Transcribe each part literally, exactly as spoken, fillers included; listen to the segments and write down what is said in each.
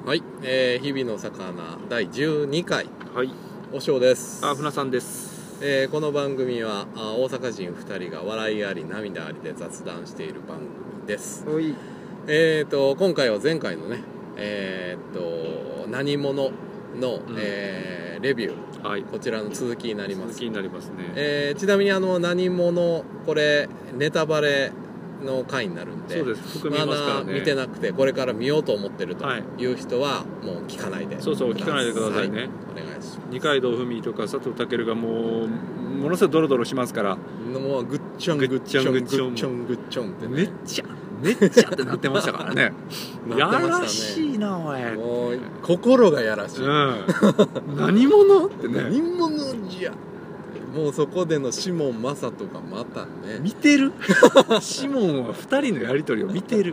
はい、えー、日々の魚だいじゅうにかい、 はい、 おしょうです。 あ、船さんです。 えー、この番組はあ大阪人ふたりが笑いあり涙ありで雑談している番組です。 はい。 えーと今回は前回のねえー、と何者の、うんえー、レビュー、はい、こちらの続きになります。 続きになりますね。 えー、ちなみにあの何者、これネタバレの回になるんで、 そうです。含みますからね。 まだ見てなくてこれから見ようと思ってるという人はもう聞かないで、はい、 そうそう聞かないでくださいね。 お願いします。 二階堂ふみとか佐藤健がもうものすごいドロドロしますから、 もうグッチョングッチョングッチョングッチョングッチョンってね、 めっちゃめっちゃってなってましたからね。やらしいなおい。 もう心がやらしい。うん、 何者ってね。 何者じゃ。もうそこでのシモン・マサトがまたね見てる。シモンはふたりのやり取りを見てる。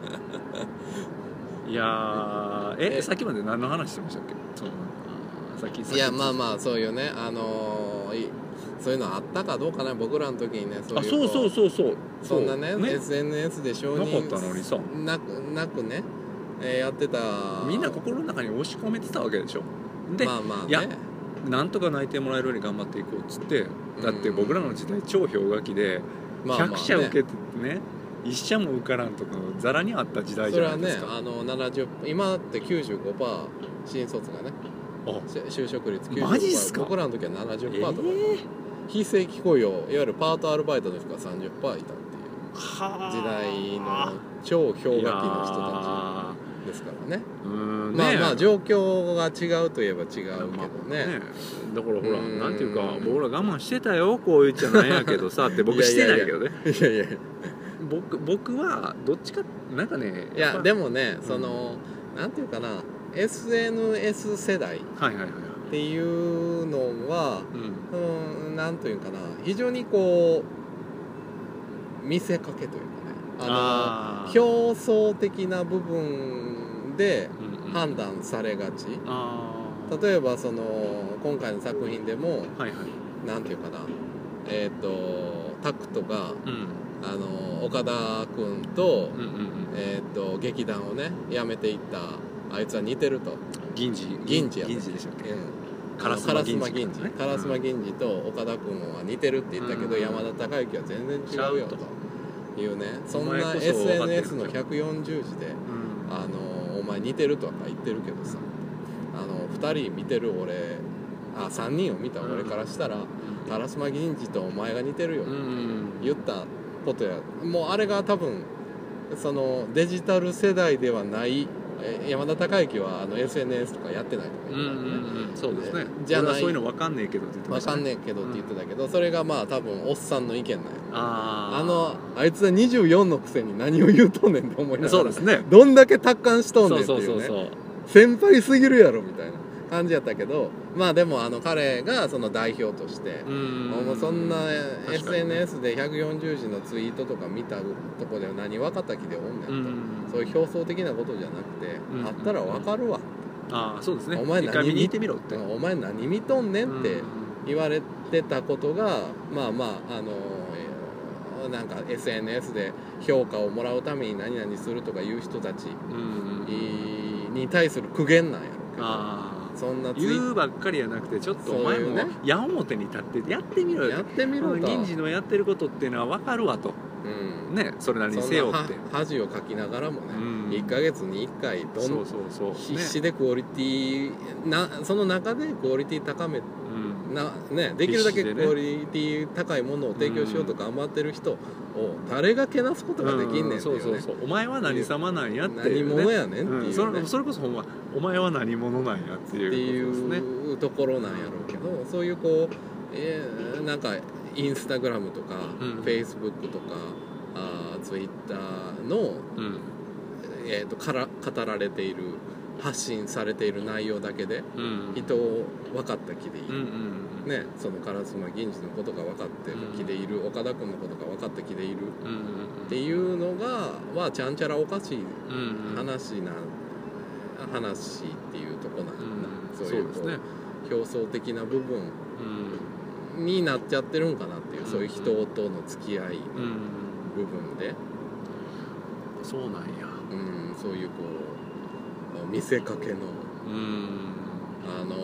いやええさっきまで何の話してましたっけ。そうさっきさっきいやまあまあそういうねあのー、そういうのあったかどうかな僕らの時にね。 そういうあそうそうそうそうそんなねね エスエヌエス で承認なかったのにさなくなくね、えー、やってたみんな心の中に押し込めてたわけでしょ。でまあまあねいやなんとか泣いてもらえるように頑張っていこうっつって、だって僕らの時代超氷河期でひゃく社受けてねいっ社も受からんとかザラにあった時代じゃないですか。 それはねあのななじゅう今って きゅうじゅうごパーセント 新卒がね就職率 きゅうじゅうごパーセントマジっすか。 僕らの時は ななじゅっパーセント とか、えー、非正規雇用いわゆるパートアルバイトの人が さんじゅっパーセント いたっていう時代の超氷河期の人たちですからね。うんまあまあ状況が違うといえば違うけどね、まあねだからほらなんていうか僕ら我慢してたよこう言っちゃなんやけどさって僕してないけどね。いやいや僕僕はどっちかなんかねいやでもねその、うん、なんていうかな エスエヌエス 世代っていうのは、うんうん、なんというかな非常にこう見せかけというかねあの表層的な部分で判断されがち、うんうん、あ例えばその今回の作品でも、はいはい、なんていうかなえっ、ー、とタクトが、うんあの岡田君と、うんうんうんえー、と劇団をね辞めていったあいつは似てると銀次銀次やった銀次でしたっけ、うん、 烏丸銀次烏丸銀次と岡田君は似てるって言ったけど、うん、山田孝之は全然違うよというねそんな エスエヌエス のひゃくよんじゅうじで、うん、あのお前似てるとか言ってるけどさあのふたり見てる俺あさんにんを見た俺からしたら烏丸銀次とお前が似てるよって言ったことやもうあれが多分そのデジタル世代ではない山田孝之はあの エスエヌエス とかやってないとか言ってたね、うんうんうん、そうですねじゃないそういうの分かんねえけどって言ってましたね分かんねえけどって言ってたけど、うん、それがまあ多分おっさんの意見なんやああのあいつはにじゅうよんのくせに何を言うとんねんって思いながらそうですねどんだけ達観しとんねんっていうねそうそうそうそう先輩すぎるやろみたいな感じやったけどまあでもあの彼がその代表としてもうそんな エスエヌエス でひゃくよんじゅうじのツイートとか見たとこで何分かった気でおんねんとそういう表層的なことじゃなくてあったら分かるわああそうですねお前何見てみろってお前何見とんねんって言われてたことがまあまああのなんか エスエヌエス で評価をもらうために何々するとかいう人たちに対する苦言なんやろうけどあそんな言うばっかりじゃなくてちょっとお前も矢面に立ってやってみろよやってみろと銀次のやってることっていうのは分かるわと、うん、ねそれなりにせよって恥をかきながらもね、うん、いっかげつにいっかいどんそうそうそう必死でクオリティなその中でクオリティ高め、うんなね、できるだけクオリティ高いものを提供しようと頑張ってる人を誰がけなすことができんねんっていうね、うん、そうそうそうお前は何様なんやっていう、 ね、何者やねんっていう、ねうん、それ、それこそほんまお前は何者なんやっていうっていうところなんやろうけどそういうこう、えー、なんかインスタグラムとか、うん、フェイスブックとかあツイッターの、うんえー、とから語られている発信されている内容だけで、うん、人を分かった気でいる、うんうんね、その烏丸銀次のことが分かってる気でいる、うん、岡田君のことが分かった気でいる、うんうん、っていうのがまあちゃんちゃらおかしい話な、うん、話っていうとこなんだ、うん、そういうこう、そうですね、表層的な部分になっちゃってるんかなっていう、うん、そういう人との付き合いの部分で、 うん、そうなんや、 うん、そういうこう見せかけの、 うん、 あの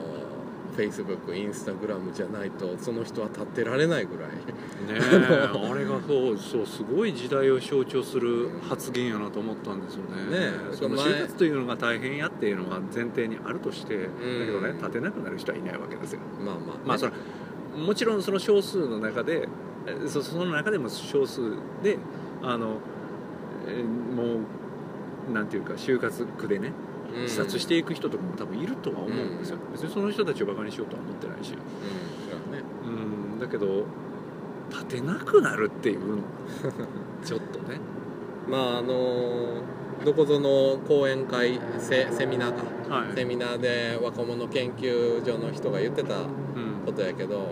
Facebook、インスタグラムじゃないとその人は立ってられないぐらいねえあれがそうそうすごい時代を象徴する発言やなと思ったんですよね。ねその就活というのが大変やっていうのは前提にあるとして、うん、だけどね立てなくなる人はいないわけですよ。まあまあ、ね、まあそれもちろんその少数の中で そ, その中でも少数であのもうなんていうか就活区でね視察していく人とかも多分いるとは思うんですよ、うん、別にその人たちをバカにしようとは思ってないし、うんねうん、だけど立てなくなるっていうのはちょっとねまああのどこぞの講演会 セ, セミナーか、はい、セミナーで若者研究所の人が言ってたことやけど、うん、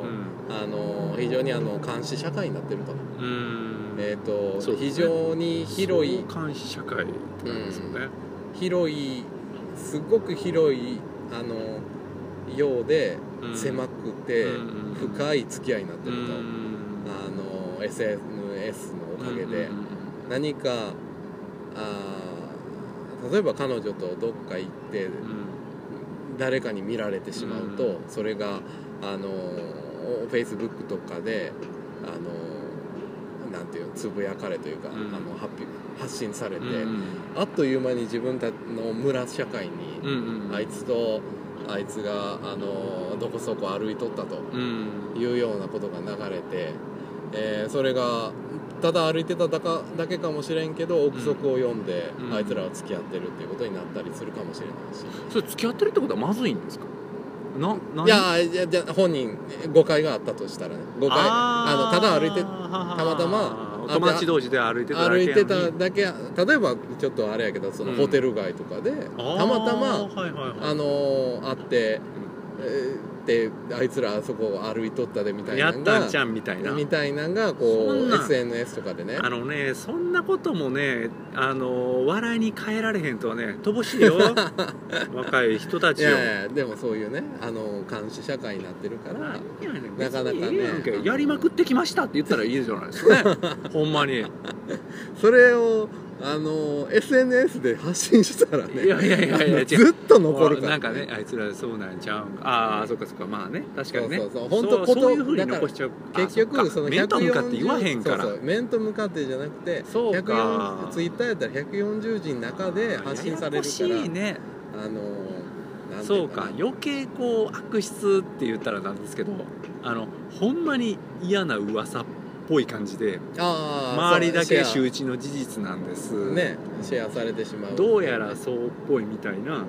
あの非常にあの監視社会になってると、うんえーとね、非常に広い監視社会なんですよね、 うん、広いすごく広いあのようで狭くて深い付き合いになってると、うん、あの エスエヌエス のおかげで、うん、何かあ例えば彼女とどっか行って、うん、誰かに見られてしまうと、うん、それがあの Facebook とかであのなんていうつぶやかれというか、うん、あの発表発信されて、うん、あっという間に自分たちの村社会に、うんうん、あいつとあいつがあのどこそこ歩いとったというようなことが流れて、えー、それがただ歩いてただかだけかもしれんけど憶測を読んで、うん、あいつらは付き合ってるっていうことになったりするかもしれないし、 それ付き合ってるってことはまずいんですか？ な何いやいやじゃ本人誤解があったとしたらね誤解あのただ歩いてたまたま友達同士で歩いてただけ歩いてただけ例えばちょっとあれやけどそのホテル街とかで、うん、たまたまあ、はいはいはい、あの会って、うんえーであいつらあそこを歩いとったでみたいなのがやったんちゃんみたいなみたいなのがこう エスエヌエス とかでねあのねそんなこともねあの笑いに変えられへんとはね乏しいよ若い人たちよ。 いやいやでもそういうねあの監視社会になってるからなかなかねやりまくってきましたって言ったらいいじゃないですかねほんまにそれをあの エスエヌエス で発信したらねいやいやいやいやずっと残るから、ね、 なんかねあいつらそうなんちゃうんああそっかそっかまあね確かにねそうそうそう本当そういうふうに残しちゃう結局その面と向かって言わへんからそうそう面と向かってじゃなくてそうかツイッターやったらひゃくよんじゅうじの中で発信されるからややこしいねあのなんていうかなそうか余計こう悪質って言ったらなんですけどあのほんまに嫌な噂っぽい感じで周りだけ周知の事実なんですねシェアされてしまうどうやらそうっぽいみたいな、うん、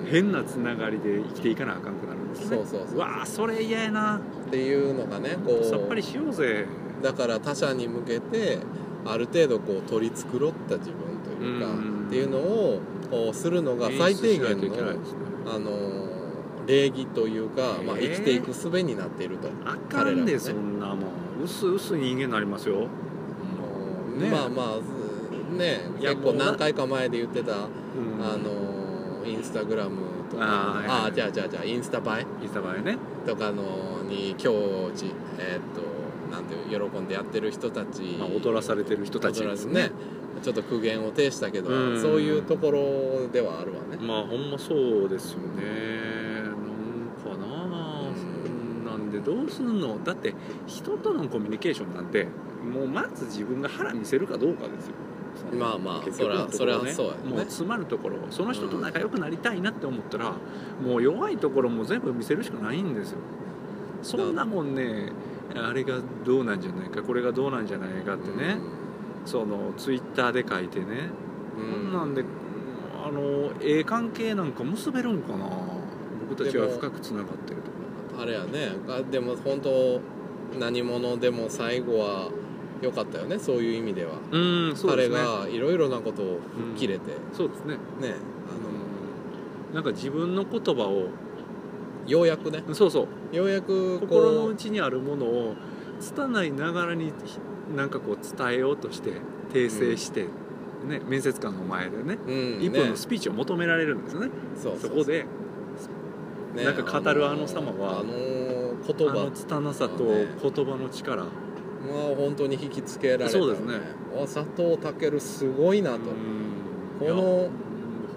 変なつながりで生きていかなあかんくなるんですね。そうそうそううわーそれ嫌やなっていうのがねこうさっぱりしようぜだから他者に向けてある程度こう取り繕った自分というか、うん、っていうのをこうするのが最低限の、ね、あの礼儀というか、まあ、生きていく術になっていると、 あかんで、ね、そんなもん薄々人間になりますよ、 うんね、まあまあね結構何回か前で言ってた、うん、あのインスタグラムとかああじゃあじゃあじゃあインスタ映えインスタ映えねとかのに教示えー、っとなんていう喜んでやってる人たち、 まあ、踊らされてる人たちですねちょっと苦言を呈したけど、うん、そういうところではあるわね。 まあほんまそうですよね。なんかな、うん、なんでどうすんのだって人とのコミュニケーションなんてもうまず自分が腹見せるかどうかですよ。 まあまあそれはそれはそうやね。 もう詰まるところその人と仲良くなりたいなって思ったら、うん、もう弱いところも全部見せるしかないんですよ。そんなもんねあれがどうなんじゃないかこれがどうなんじゃないかってね、うん、そのツイッターで書いてね、うん、なんであのええ関係なんか結べるんかな。僕たちは深くつながってるところあれやね。でも本当何者でも最後は良かったよね。そういう意味では、うんそうですね、彼がいろいろなことを吹っ切れて、 うん、そうですねねあのなんか自分の言葉をようやくねそうそうようやく心の内にあるものを拙いながらになんかこう伝えようとして訂正して、うんね、面接官の前でね、うん、一分のスピーチを求められるんですよね。そうそうそうそこで、ね、なんか語るあの様はあの言葉あの拙さと言葉の力、ね、 まあ本当に引きつけられた、ね、 そうですね。 佐藤健すごいなと、この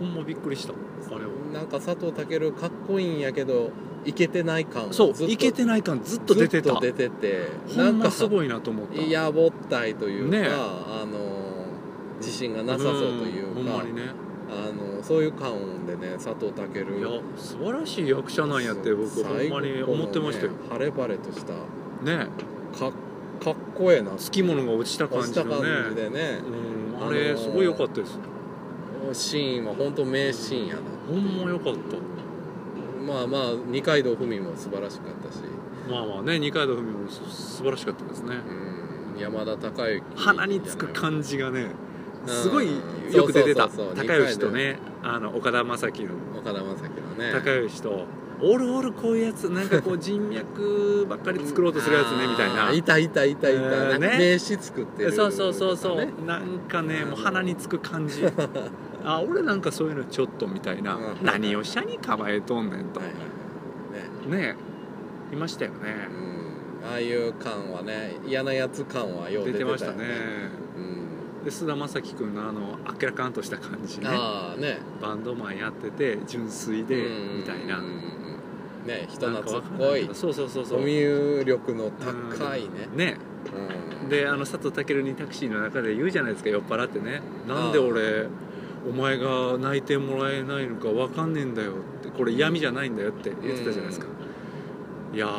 ほんまびっくりしたあれは。 なんか佐藤健かっこいいんやけどイケてない感そうイケてない感ずっと出てた。 ずっと出ててほんますごいなと思った。 やぼったいというか、 ね、 あの自信がなさそうというか、 うん、ほんまにね、 あのそういう感でね佐藤健、 いや素晴らしい役者なんやって僕ほんまに思ってましたよ。 晴れ晴れとしたね、 かかっこええな、 つきものが落ちた感じのね、 落ちた感じでね、 うん、あれすごい良かったです。 シーンは本当名シーンやな、 ほんま良かった。 まあまあ二階堂ふみも素晴らしかったし、 まあまあね、二階堂ふみも素晴らしかったですね。 うん、山田孝之鼻につく感じがねすごいよく出てた。高吉とね、あの岡田将生の岡田将生のね高吉とおるおるこういうやつなんかこう人脈ばっかり作ろうとするやつねみたいな、 いたいたいたいた、 えーね、 名刺作ってる、 そうそうそうそう、なんかねもう鼻につく感じあ俺なんかそういうのちょっとみたいな、何を車に構えとんねんと、はいはい、ねねいましたよね、 うん、ああいう感はね、嫌なやつ感はよう出てたよね、 出てましたね、うん、で菅田将暉君のあの明らかんとした感じね、あねバンドマンやってて純粋でみたいな、 ね、人懐っこい、 そうそうそうそう、 コミュ力の高いね、 ね、うん、であの佐藤健にタクシーの中で言うじゃないですか、酔っ払ってね、なんで俺お前が泣いてもらえないのか分かんねえんだよって、これ嫌味じゃないんだよって言ってたじゃないですか、うん、いや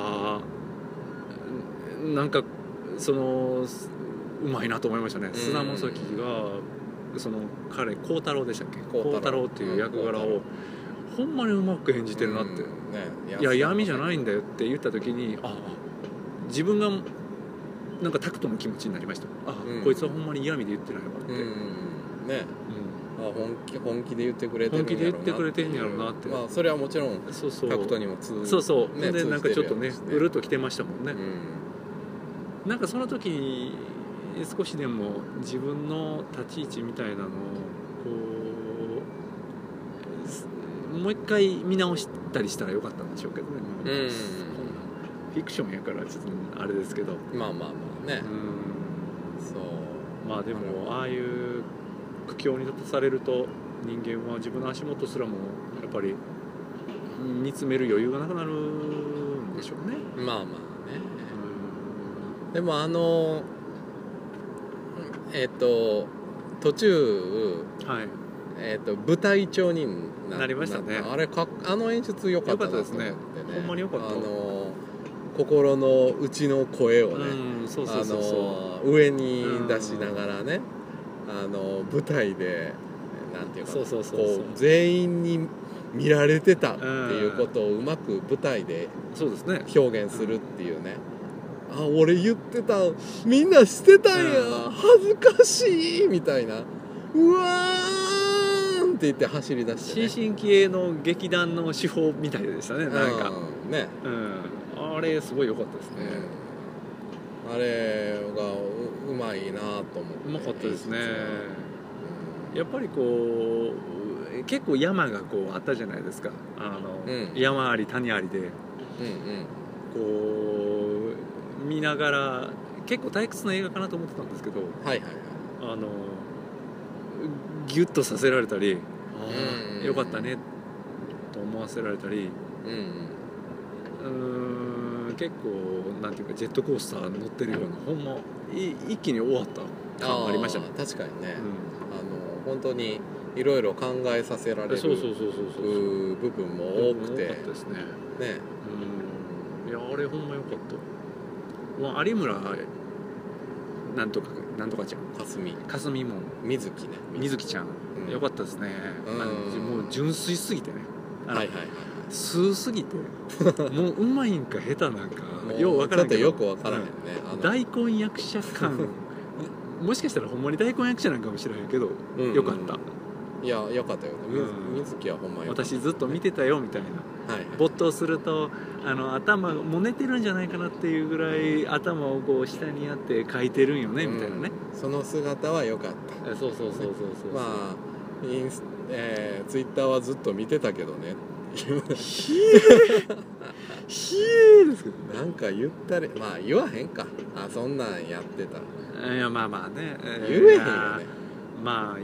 ーなんかそのうまいなと思いましたね、うん、菅田将暉がその彼孝太郎でしたっけ、孝太郎っていう役柄をほんまにうまく演じてるなって、うんね、いや闇じゃないんだよって言った時に、ああ自分がなんかタクトの気持ちになりました。ああ、うん、こいつはほんまに闇で言ってないわって、うん、ね、うん、あ本気本気で言ってくれてるんやろうな、本気で言ってくれてんやろうなって、まあそれはもちろんそうそうタクトにも通、 そうそう、ね、でなんかちょっとねうるっときてましたもんね、うん、なんかその時に少しでも自分の立ち位置みたいなのをこうもう一回見直したりしたらよかったんでしょうけどね、うん、フィクションやからちょっとあれですけど、 まあまあまあね、うん、 そうまあでもああいう苦境に立たされると人間は自分の足元すらもやっぱり見つめる余裕がなくなるんでしょうね。 まあまあね、うん、でもあのえっ、ー、と途中、はい、えー、と舞台調に な, なりましたね。 あれかあの演出良かったですね。ほんまに良かった。 あの心の内の声をね、上に出しながらね、あの舞台でなんていうか、こう全員に見られてたっていうことをうまく舞台で表現するっていうね。あ、俺言ってた、みんなしてたんや、恥ずかしいみたいな、うわーんって言って走り出してね、 新進気鋭の劇団の手法みたいでしたね、なんか、うん、ね、うん、あれすごい良かったですね、 うん、あれが う, うまいなと思って、 うまかったですね、うん、やっぱりこう結構山がこうあったじゃないですか、あの、うん、山あり谷ありで、うんうん、こう見ながら結構退屈な映画かなと思ってたんですけど、はいはいはい、あのギュッとさせられたり、ああよかったねと思わせられたり、うん、うん、結構なんていうかジェットコースター乗ってるような、ほんま一気に終わった感がありましたね。 確かにね、うん、あの本当にいろいろ考えさせられる部分も多くて、 多かったですね。ね、うん、いやあれほんまよかった。まあ、有村なんとかなんとかちゃん、 かすみかすみも水木ね、 水木ちゃん、うん、よかったですね。もう純粋すぎてね、はいはいはい、素すぎてもううまいんか下手なんかよう分からんけど、 よく分からへんね、 うん、大根役者感もしかしたらほんまに大根役者なんかもしれへんけど、うんうん、よかった。 いやよかったよね、うん、水木はほんまよかった、 私ずっと見てたよみたいな、はい、没頭するとあの頭も寝てるんじゃないかなっていうぐらい頭をこう下にやって描いてるんよね、うん、みたいなね、 その姿は良かった。 そうそうそうそうそう、 まあインス、えー、ツイッターはずっと見てたけどねひえひえですけど、なんか言ったり、まあ言わへんか、あそんなんやってた、 いやまあまあね、 言えへんよね、 まあ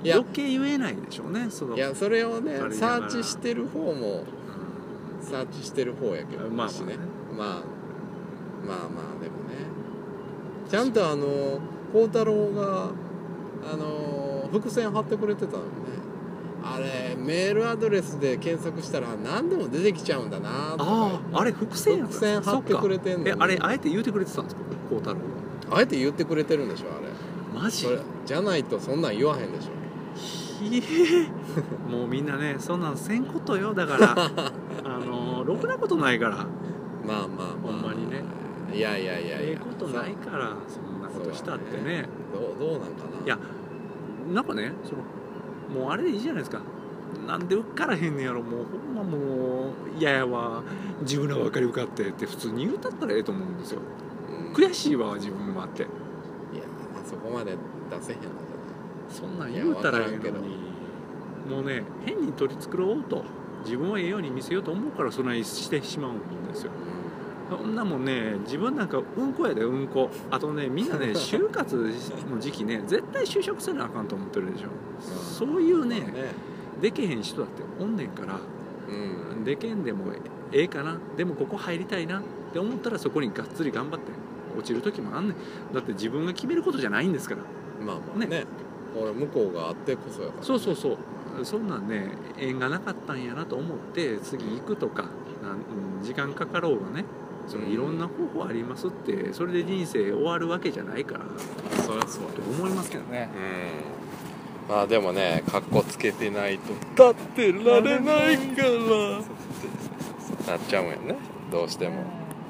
余計言えないでしょうね。そのいやそれをねサーチしてる方も、うん、サーチしてる方やけど、まあまあね、まあまあまあでもねちゃんとあの孝太郎があの伏線貼ってくれてたのね。あれメールアドレスで検索したら何でも出てきちゃうんだなとか。 あああれ伏線やった。 伏線貼ってくれてんのに。 えあれあえて言うてくれてたんですか孝太郎は。あえて言ってくれてるんでしょあれ。 マジ？ じゃないとそんなん言わへんでしょ。 ひえもうみんなねそんなんせんことよ。だからあのろくなことないから。 まあまあまあほんまにね。 いやいやいやいやええことないからそんなことしたってね。 ねどうどうなんかな。 いやなんかねそのもうあれでいいじゃないですか。なんで受からへんねやろ。もうほんまもう嫌やわ自分らばっかり受かってって普通に言うたったらええと思うんですよ、うん、悔しいわ自分もあって。いやそこまで出せへんのじゃない。そんなん言うたらええのにもうね変に取り繕おうと自分をええように見せようと思うからそないしてしまうんですよ、うん、そんなもんね自分なんかうんこやでうんこ。あとねみんなね就活の時期ね絶対就職せなあかんと思ってるでしょ、うん、そういうね、ねでけへん人だっておんねんから、うん、でけんでもええかなでもここ入りたいなって思ったらそこにがっつり頑張って落ちる時もあんねん。だって自分が決めることじゃないんですから。まあまあね、ね俺向こうがあってこそやから、ね、 そうそうそうそんなんね縁がなかったんやなと思って次行くとかなん時間かかろうがねそのいろんな方法ありますってそれで人生終わるわけじゃないから。 そりゃそうと思いますけどね。 うんまあでもねかっこつけてないと立ってられないからなっちゃうんやねどうしても。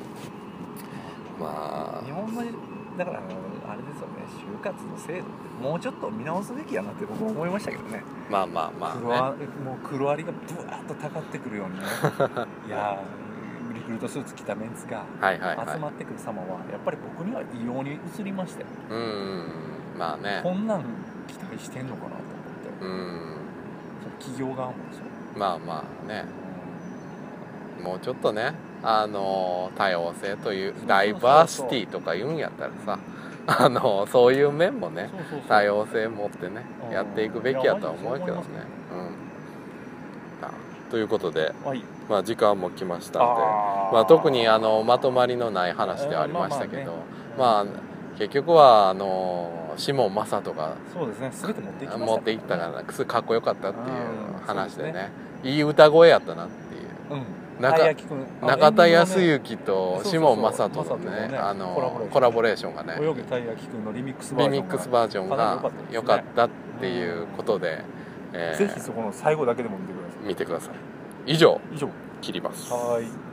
まあ日本のだからあれですよね就活の制度ってもうちょっと見直すべきやなって僕は思いましたけどね。 まあまあまあ、ね、 黒あもう黒アリがブワーッとたかってくるようにねいやリクルートスーツ着たメンツが集まってくる様はやっぱり僕には異様に映りましたよ。 うんうんまあねこんなん期待してんのかなと思って。うん企業側もですよ。 まあまあねもうちょっとねあの多様性というダイバーシティとか言うんやったらさあのそういう面もね多様性持ってねやっていくべきやとは思うけどね。うん、ということで、はい、まあ時間も来ましたのでまあ、特にあのまとまりのない話ではありましたけど、まあ結局はあのシモン・マサトがそうですね全て持っていきましたね。 持っていったからすごいかっこよかったっていう話でねいい歌声やったなっていう。うん中, 中田康之とシモン・マサトのねあのコラボレーションがね泳げたい焼きくんのリミックスバージョンが良かったっていうことで、 えー、ぜひそこの最後だけでも見てください。 見てください。以上以上切ります。 はい。